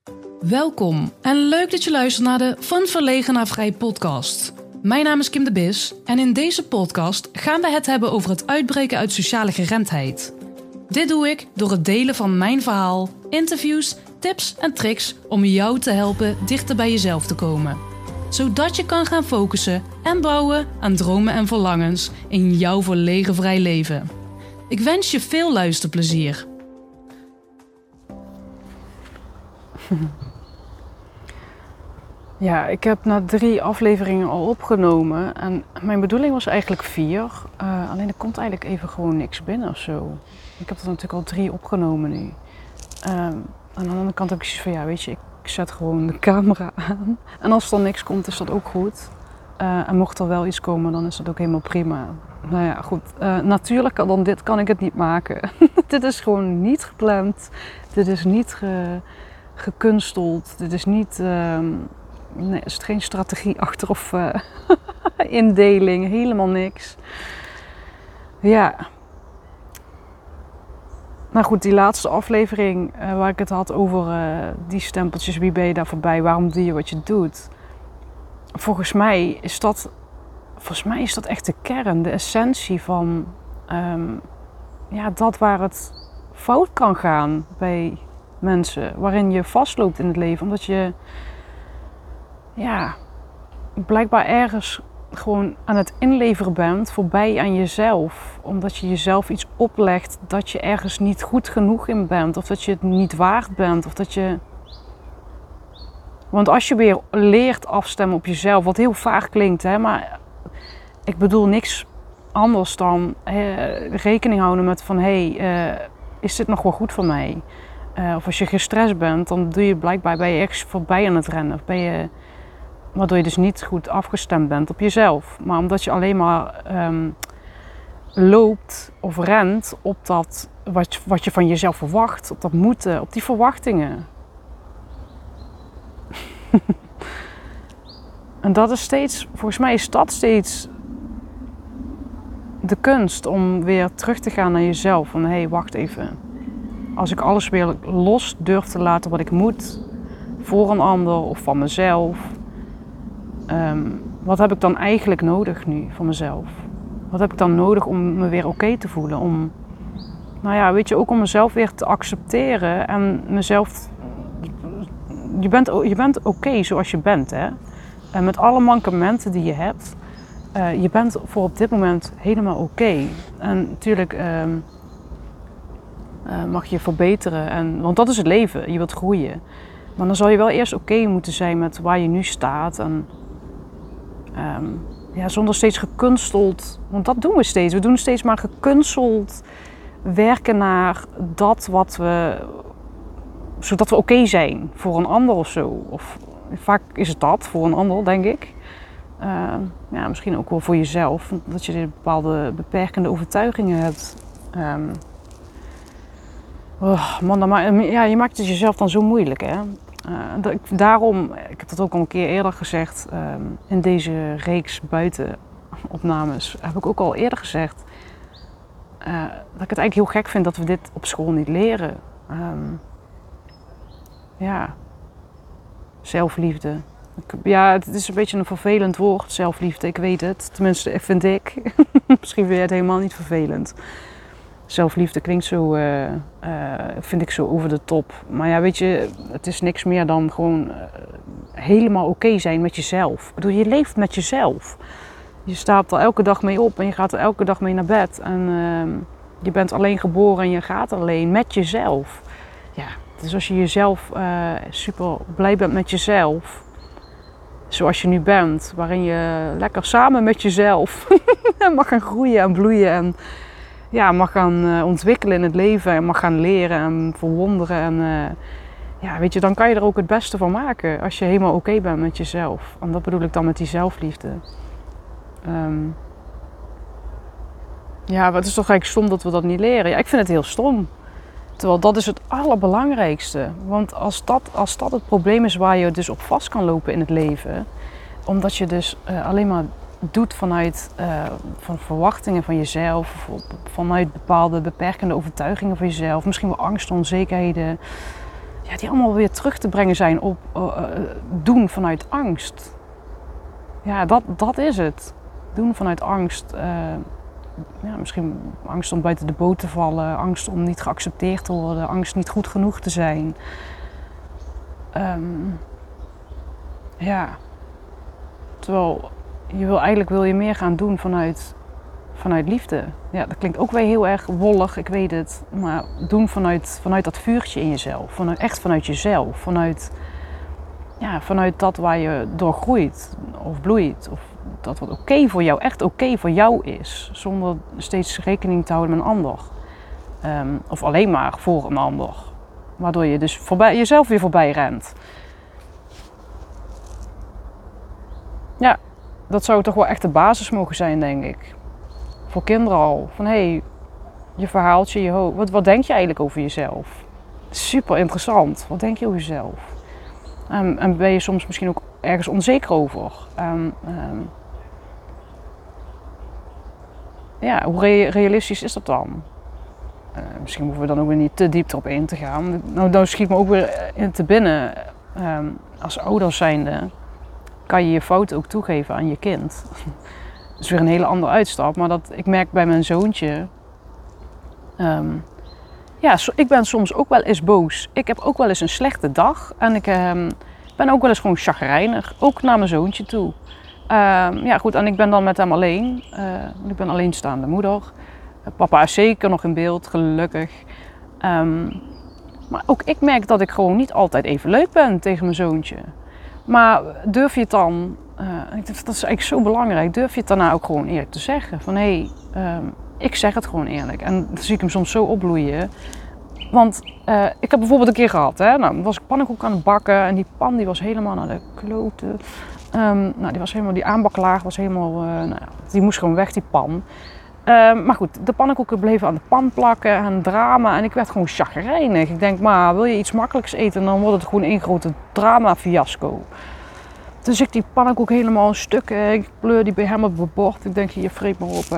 Welkom en leuk dat je luistert naar de Van Verlegen naar Vrij podcast. Mijn naam is Kim de Bis en in deze podcast gaan we het hebben over het uitbreken uit sociale geremdheid. Dit doe ik door het delen van mijn verhaal, interviews, tips en tricks om jou te helpen dichter bij jezelf te komen. Zodat je kan gaan focussen en bouwen aan dromen en verlangens in jouw verlegen vrij leven. Ik wens je veel luisterplezier. Ja, ik heb na 3 afleveringen al opgenomen en mijn bedoeling was eigenlijk 4. Alleen er komt eigenlijk even gewoon niks binnen of zo. Ik heb er natuurlijk al 3 opgenomen nu. Aan de andere kant heb ik zoiets van, ja weet je, ik zet gewoon de camera aan. En als er niks komt is dat ook goed. En mocht er wel iets komen, dan is dat ook helemaal prima. Nou ja, goed. Natuurlijker dan dit kan ik het niet maken. Dit is gewoon niet gepland. Dit is niet gekunsteld. Dit is niet... Nee, er zit geen strategie achter of indeling, helemaal niks. Ja. Nou goed, die laatste aflevering waar ik het had over die stempeltjes, wie ben je daar voorbij, waarom doe je wat je doet. Volgens mij is dat echt de kern, de essentie van dat waar het fout kan gaan bij mensen. Waarin je vastloopt in het leven, omdat je... Ja, blijkbaar ergens gewoon aan het inleveren bent, voorbij aan jezelf. Omdat je jezelf iets oplegt dat je ergens niet goed genoeg in bent. Of dat je het niet waard bent. Of dat je... Want als je weer leert afstemmen op jezelf, wat heel vaag klinkt, hè, maar ik bedoel niks anders dan rekening houden met van, is dit nog wel goed voor mij? Of als je gestrest bent, dan ben je ergens voorbij aan het rennen. Of waardoor je dus niet goed afgestemd bent op jezelf. Maar omdat je alleen maar loopt of rent op dat wat je van jezelf verwacht. Op dat moeten, op die verwachtingen. En dat is volgens mij is dat steeds de kunst om weer terug te gaan naar jezelf. Van wacht even. Als ik alles weer los durf te laten wat ik moet. Voor een ander of van mezelf. Wat heb ik dan eigenlijk nodig nu van mezelf? Wat heb ik dan nodig om me weer oké te voelen? Om mezelf weer te accepteren en mezelf... Je bent oké zoals je bent, hè? En met alle mankementen die je hebt, je bent voor op dit moment helemaal oké. En natuurlijk mag je verbeteren, want dat is het leven, je wilt groeien. Maar dan zal je wel eerst oké moeten zijn met waar je nu staat. En zonder steeds gekunsteld, want dat doen we steeds. We doen steeds maar gekunsteld werken naar dat zodat we oké zijn voor een ander of zo. Of vaak is het dat voor een ander, denk ik. Misschien ook wel voor jezelf, dat je bepaalde beperkende overtuigingen hebt. Je maakt het jezelf dan zo moeilijk, hè. Daarom, ik heb dat ook al een keer eerder gezegd, in deze reeks buitenopnames, heb ik ook al eerder gezegd, dat ik het eigenlijk heel gek vind dat we dit op school niet leren. Zelfliefde. Het is een beetje een vervelend woord, zelfliefde, ik weet het. Tenminste, vind ik. Misschien vind je het helemaal niet vervelend. Zelfliefde klinkt zo, vind ik zo over de top. Maar ja, weet je, het is niks meer dan gewoon helemaal oké zijn met jezelf. Ik bedoel, je leeft met jezelf. Je staat er elke dag mee op en je gaat er elke dag mee naar bed. En je bent alleen geboren en je gaat alleen met jezelf. Ja, dus als je jezelf super blij bent met jezelf, zoals je nu bent, waarin je lekker samen met jezelf mag gaan groeien en bloeien en mag gaan ontwikkelen in het leven en mag gaan leren en verwonderen. En dan kan je er ook het beste van maken als je helemaal oké bent met jezelf. En dat bedoel ik dan met die zelfliefde. Het is toch eigenlijk stom dat we dat niet leren. Ja, ik vind het heel stom. Terwijl dat is het allerbelangrijkste. Want als dat het probleem is waar je dus op vast kan lopen in het leven, omdat je dus alleen maar doet vanuit van verwachtingen van jezelf, vanuit bepaalde beperkende overtuigingen van jezelf, misschien wel angst, onzekerheden, die allemaal weer terug te brengen zijn op doen vanuit angst. Ja, dat is het. Doen vanuit angst. Misschien angst om buiten de boot te vallen. Angst om niet geaccepteerd te worden. Angst niet goed genoeg te zijn. Terwijl eigenlijk wil je meer gaan doen vanuit liefde. Ja, dat klinkt ook weer heel erg wollig, ik weet het. Maar doen vanuit dat vuurtje in jezelf. Echt vanuit jezelf. Vanuit dat waar je door groeit of bloeit. Of dat wat oké voor jou, echt oké voor jou is. Zonder steeds rekening te houden met een ander. Of alleen maar voor een ander. Waardoor je dus jezelf weer voorbij rent. Ja, dat zou toch wel echt de basis mogen zijn, denk ik. Voor kinderen al. Van je verhaaltje, je hoofd. Wat denk je eigenlijk over jezelf? Super interessant. Wat denk je over jezelf? En ben je soms misschien ook ergens onzeker over? Hoe realistisch is dat dan? Misschien hoeven we dan ook weer niet te diep erop in te gaan. Nou schiet me ook weer in te binnen. Als ouders zijnde kan je je fouten ook toegeven aan je kind. Dat is weer een hele andere uitstap. Maar ik merk bij mijn zoontje. Ik ben soms ook wel eens boos. Ik heb ook wel eens een slechte dag. En ik ben ook wel eens gewoon chagrijnig. Ook naar mijn zoontje toe. En ik ben dan met hem alleen. Ik ben alleenstaande moeder. Papa is zeker nog in beeld, gelukkig. Maar ook ik merk dat ik gewoon niet altijd even leuk ben tegen mijn zoontje. Maar durf je het dan, dat is eigenlijk zo belangrijk, durf je het daarna ook gewoon eerlijk te zeggen. Van ik zeg het gewoon eerlijk. En dan zie ik hem soms zo opbloeien. Want ik heb bijvoorbeeld een keer gehad, dan was ik pannenkoek aan het bakken en die pan die was helemaal naar de kloten. Die aanbaklaag was helemaal, die moest gewoon weg, die pan. Maar goed, de pannenkoeken bleven aan de pan plakken en drama en ik werd gewoon chagrijnig. Ik denk, maar wil je iets makkelijks eten, dan wordt het gewoon één grote drama-fiasco. Dus ik die pannenkoek helemaal in stukken, ik pleur die bij hem op het bord. Ik denk, je vreet maar op.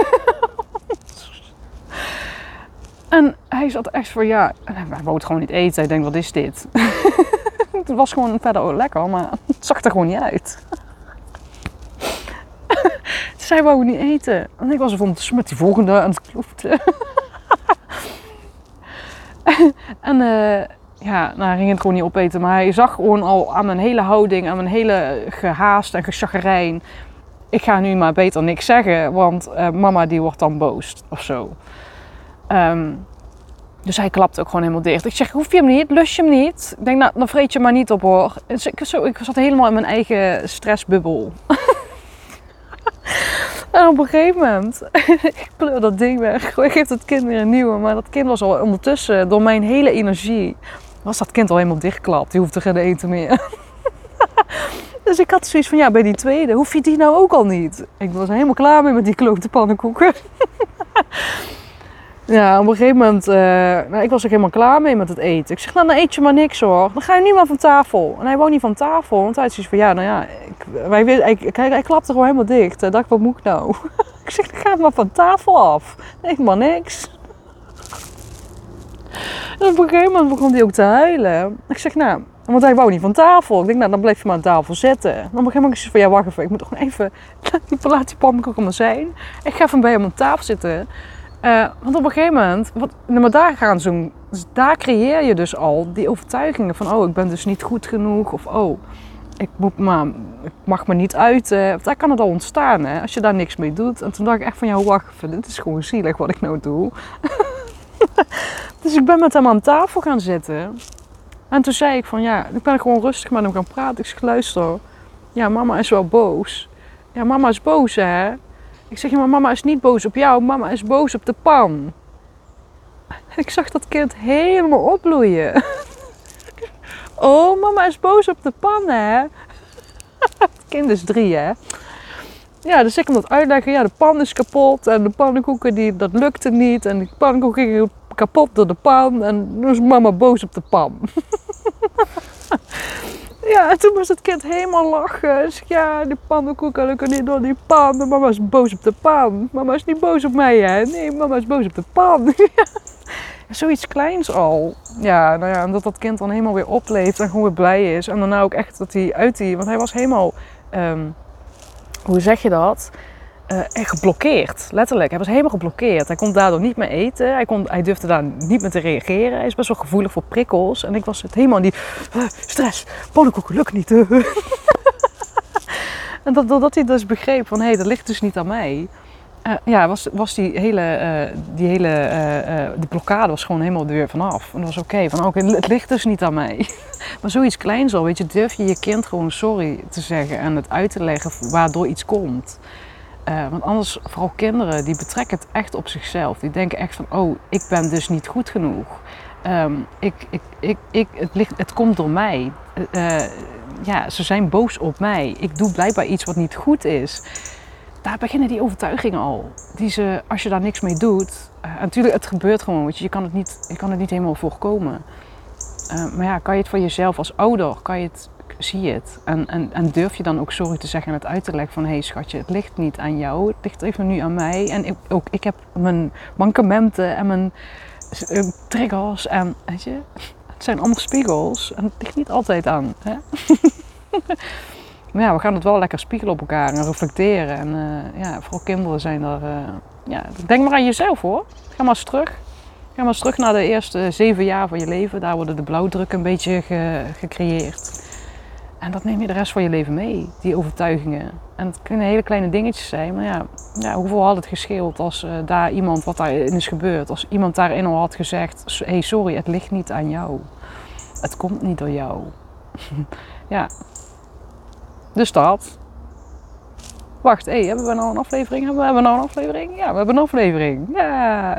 En hij zat echt voor en hij wou het gewoon niet eten. Ik denk, wat is dit? Het was gewoon verder ook lekker, maar het zag er gewoon niet uit. Dus hij wou niet eten. En ik was er met die volgende aan het kloppen. Hij ging het gewoon niet opeten. Maar hij zag gewoon al aan mijn hele houding, aan mijn hele gehaast en gechagrijn. Ik ga nu maar beter niks zeggen, want mama die wordt dan boos of zo. Dus hij klapte ook gewoon helemaal dicht. Ik zeg, hoef je hem niet? Lust je hem niet? Ik denk, nou, dan vreet je maar niet op hoor. Dus ik zat helemaal in mijn eigen stressbubbel. En op een gegeven moment, ik pleur dat ding weg. Ik geef het kind weer een nieuwe. Maar dat kind was al ondertussen, door mijn hele energie, was dat kind al helemaal dichtgeklapt. Die hoefde geen eten meer. Dus ik had zoiets van, bij die tweede, hoef je die nou ook al niet? Ik was helemaal klaar mee met die klote pannenkoeken. Ja, op een gegeven moment, ik was er helemaal klaar mee met het eten. Ik zeg, nou, dan eet je maar niks hoor. Dan ga je niet meer van tafel. En hij wou niet van tafel, want hij had zoiets van, hij klapte gewoon helemaal dicht. Ik dacht, wat moet ik nou? Ik zeg, dan ga maar van tafel af. Eet maar niks. En op een gegeven moment begon hij ook te huilen. Ik zeg, nou, want hij wou niet van tafel. Ik denk, nou, dan blijf je maar aan tafel zitten. En op een gegeven moment zei ik van, wacht even. Ik moet toch gewoon even, laat die pannenkoek maar zijn. Ik ga even bij hem aan tafel zitten. Want op een gegeven moment, daar creëer je dus al die overtuigingen van, ik ben dus niet goed genoeg. Of, ik mag me niet uiten. Daar kan het al ontstaan, hè, als je daar niks mee doet. En toen dacht ik echt van, wacht even, dit is gewoon zielig wat ik nou doe. Dus ik ben met hem aan tafel gaan zitten. En toen zei ik van, ik ben gewoon rustig met hem gaan praten. Ik zeg, luister, mama is wel boos. Ja, mama is boos, hè. Ik zeg, maar mama is niet boos op jou, mama is boos op de pan. Ik zag dat kind helemaal opbloeien. Oh, mama is boos op de pan, hè. Het kind is 3, hè. Ja, dus ik hem dat uitleggen. De pan is kapot en de pannenkoeken, dat lukte niet. En de pannenkoeken gingen kapot door de pan. En toen is mama boos op de pan. Ja, en toen was het kind helemaal lachen. Dus de pannenkoeken lukken niet door die pan. En mama is boos op de pan. Mama is niet boos op mij, hè. Nee, mama is boos op de pan. Zoiets kleins al. Ja, nou ja, omdat dat kind dan helemaal weer opleeft en gewoon weer blij is. En daarna ook echt dat hij want hij was helemaal, hoe zeg je dat? Echt geblokkeerd, letterlijk. Hij was helemaal geblokkeerd. Hij kon daardoor niet meer eten. Hij durfde daar niet meer te reageren. Hij is best wel gevoelig voor prikkels. En ik was het helemaal in die stress, pannenkoeken, lukt niet. En doordat hij dus begreep van, hé, dat ligt dus niet aan mij. Was die blokkade was gewoon helemaal er weer vanaf. En dat was oké, het ligt dus niet aan mij. Maar zoiets kleins al, weet je, durf je kind gewoon sorry te zeggen en het uit te leggen waardoor iets komt. Want anders, vooral kinderen, die betrekken het echt op zichzelf. Die denken echt van, oh, ik ben dus niet goed genoeg. Het komt door mij. Ze zijn boos op mij. Ik doe blijkbaar iets wat niet goed is. Daar beginnen die overtuigingen al. Als je daar niks mee doet... natuurlijk, het gebeurt gewoon. Weet je kan het niet helemaal voorkomen. Maar ja, kan je het voor jezelf als ouder, zie je het. En durf je dan ook sorry te zeggen en het uit te leggen van... hé schatje, het ligt niet aan jou. Het ligt even nu aan mij. En ik heb mijn mankementen en mijn triggers. En weet je, het zijn allemaal spiegels. En het ligt niet altijd aan. Hè? Maar ja, we gaan het wel lekker spiegelen op elkaar en reflecteren. En vooral kinderen zijn er... denk maar aan jezelf hoor. Ga maar eens terug. Ga maar eens terug naar de eerste 7 jaar van je leven. Daar worden de blauwdrukken een beetje gecreëerd. En dat neem je de rest van je leven mee, die overtuigingen. En het kunnen hele kleine dingetjes zijn. Maar ja hoeveel had het gescheeld als daar iemand wat daarin is gebeurd. Als iemand daarin al had gezegd... hé, sorry, het ligt niet aan jou. Het komt niet door jou. Ja. Dus dat. Wacht, hebben we nou een aflevering? Hebben we nou een aflevering? Ja, we hebben een aflevering. Ja.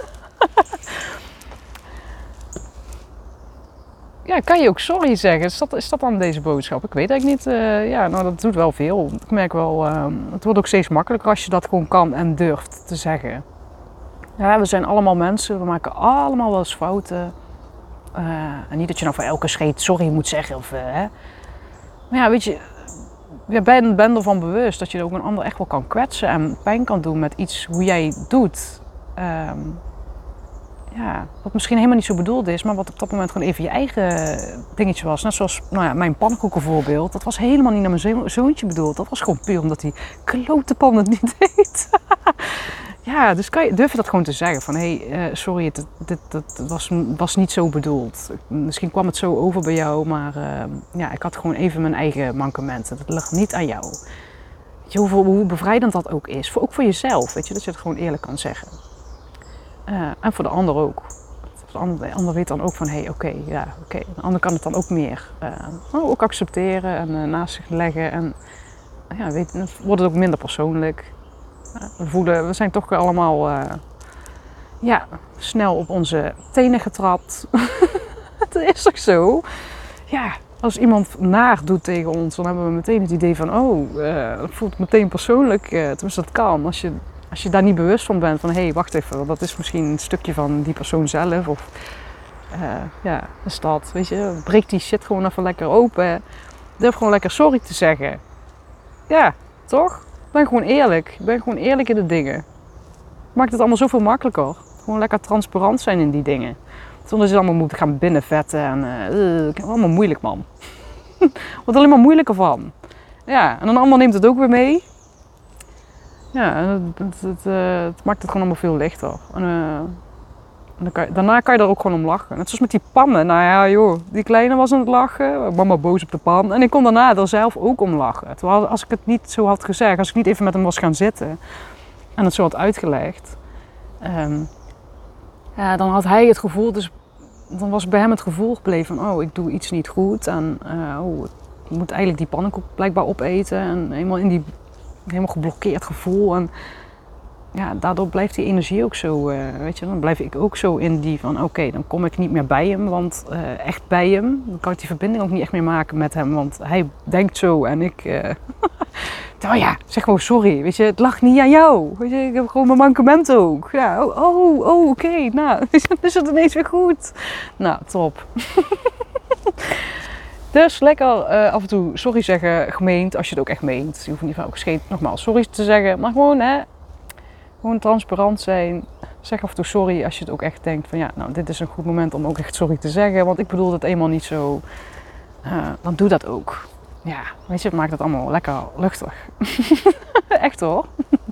Ja, kan je ook sorry zeggen? Is dat dan deze boodschap? Ik weet eigenlijk niet. Dat doet wel veel. Ik merk wel, het wordt ook steeds makkelijker als je dat gewoon kan en durft te zeggen. Ja, we zijn allemaal mensen. We maken allemaal wel eens fouten. En niet dat je nou voor elke scheet sorry moet zeggen. Maar ja, weet je... Je bent ervan bewust dat je ook een ander echt wel kan kwetsen en pijn kan doen met iets hoe jij het doet. Wat misschien helemaal niet zo bedoeld is, maar wat op dat moment gewoon even je eigen dingetje was. Net zoals mijn pannenkoeken voorbeeld. Dat was helemaal niet naar mijn zoontje bedoeld. Dat was gewoon puur omdat hij klote pan het niet deed. Ja, dus durf je dat gewoon te zeggen van sorry, dit was niet zo bedoeld. Misschien kwam het zo over bij jou, maar ik had gewoon even mijn eigen mankementen. Dat ligt niet aan jou. Weet je, hoe bevrijdend dat ook is. Ook voor jezelf, weet je, dat je het gewoon eerlijk kan zeggen. En voor de ander ook. De ander weet dan ook van oké. De ander kan het dan ook meer ook accepteren en naast zich leggen. En dan wordt het ook minder persoonlijk. We zijn toch allemaal snel op onze tenen getrapt. Dat is toch zo? Ja, als iemand naar doet tegen ons, dan hebben we meteen het idee van dat voelt meteen persoonlijk. Tenminste, dat kan. Als je daar niet bewust van bent van wacht even, dat is misschien een stukje van die persoon zelf. Of is dat, weet je, breek die shit gewoon even lekker open. Durf gewoon lekker sorry te zeggen. Ja, toch? Ik ben gewoon eerlijk. Ik ben gewoon eerlijk in de dingen. Maakt het allemaal zoveel makkelijker. Gewoon lekker transparant zijn in die dingen. Zonder dat je allemaal moet gaan binnenvetten. En allemaal moeilijk, man. Wordt alleen maar moeilijker van. Ja, en een ander neemt het ook weer mee. Ja, het maakt het gewoon allemaal veel lichter. Daarna kan je er ook gewoon om lachen. Net zoals met die pannen. Nou ja, joh, die kleine was aan het lachen. Mama boos op de pan. En ik kon daarna er zelf ook om lachen. Terwijl als ik het niet zo had gezegd, als ik niet even met hem was gaan zitten en het zo had uitgelegd, dan had hij het gevoel, dus dan was bij hem het gevoel gebleven van ik doe iets niet goed. En ik moet eigenlijk die pannenkoek blijkbaar opeten. En helemaal geblokkeerd gevoel. En ja, daardoor blijft die energie ook zo, weet je, dan blijf ik ook zo in die van oké, dan kom ik niet meer bij hem, want echt bij hem, dan kan ik die verbinding ook niet echt meer maken met hem, want hij denkt zo en ik, zeg gewoon sorry, weet je, het lag niet aan jou, weet je, ik heb gewoon mijn mankementen ook. Ja, oké, nou, is het ineens weer goed. Nou, top. Dus lekker af en toe sorry zeggen, gemeend, als je het ook echt meent. Je hoeft niet van nogmaals sorry te zeggen, maar gewoon gewoon transparant zijn. Zeg af en toe sorry als je het ook echt denkt van ja, nou dit is een goed moment om ook echt sorry te zeggen. Want ik bedoel het eenmaal niet zo. Dan doe dat ook. Ja, weet je, het maakt het allemaal lekker luchtig. Echt hoor.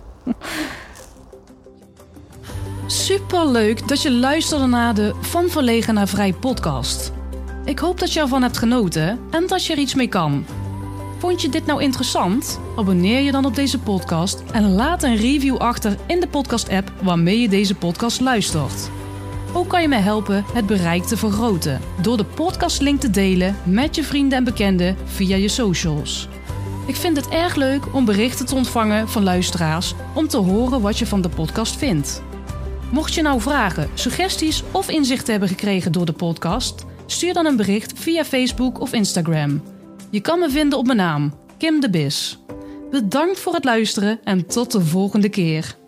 Super leuk dat je luisterde naar de Van Verlegen naar Vrij podcast. Ik hoop dat je ervan hebt genoten en dat je er iets mee kan. Vond je dit nou interessant? Abonneer je dan op deze podcast en laat een review achter in de podcast-app waarmee je deze podcast luistert. Ook kan je mij helpen het bereik te vergroten door de podcastlink te delen met je vrienden en bekenden via je socials. Ik vind het erg leuk om berichten te ontvangen van luisteraars om te horen wat je van de podcast vindt. Mocht je nou vragen, suggesties of inzichten hebben gekregen door de podcast, stuur dan een bericht via Facebook of Instagram. Je kan me vinden op mijn naam, Kim de Bis. Bedankt voor het luisteren en tot de volgende keer.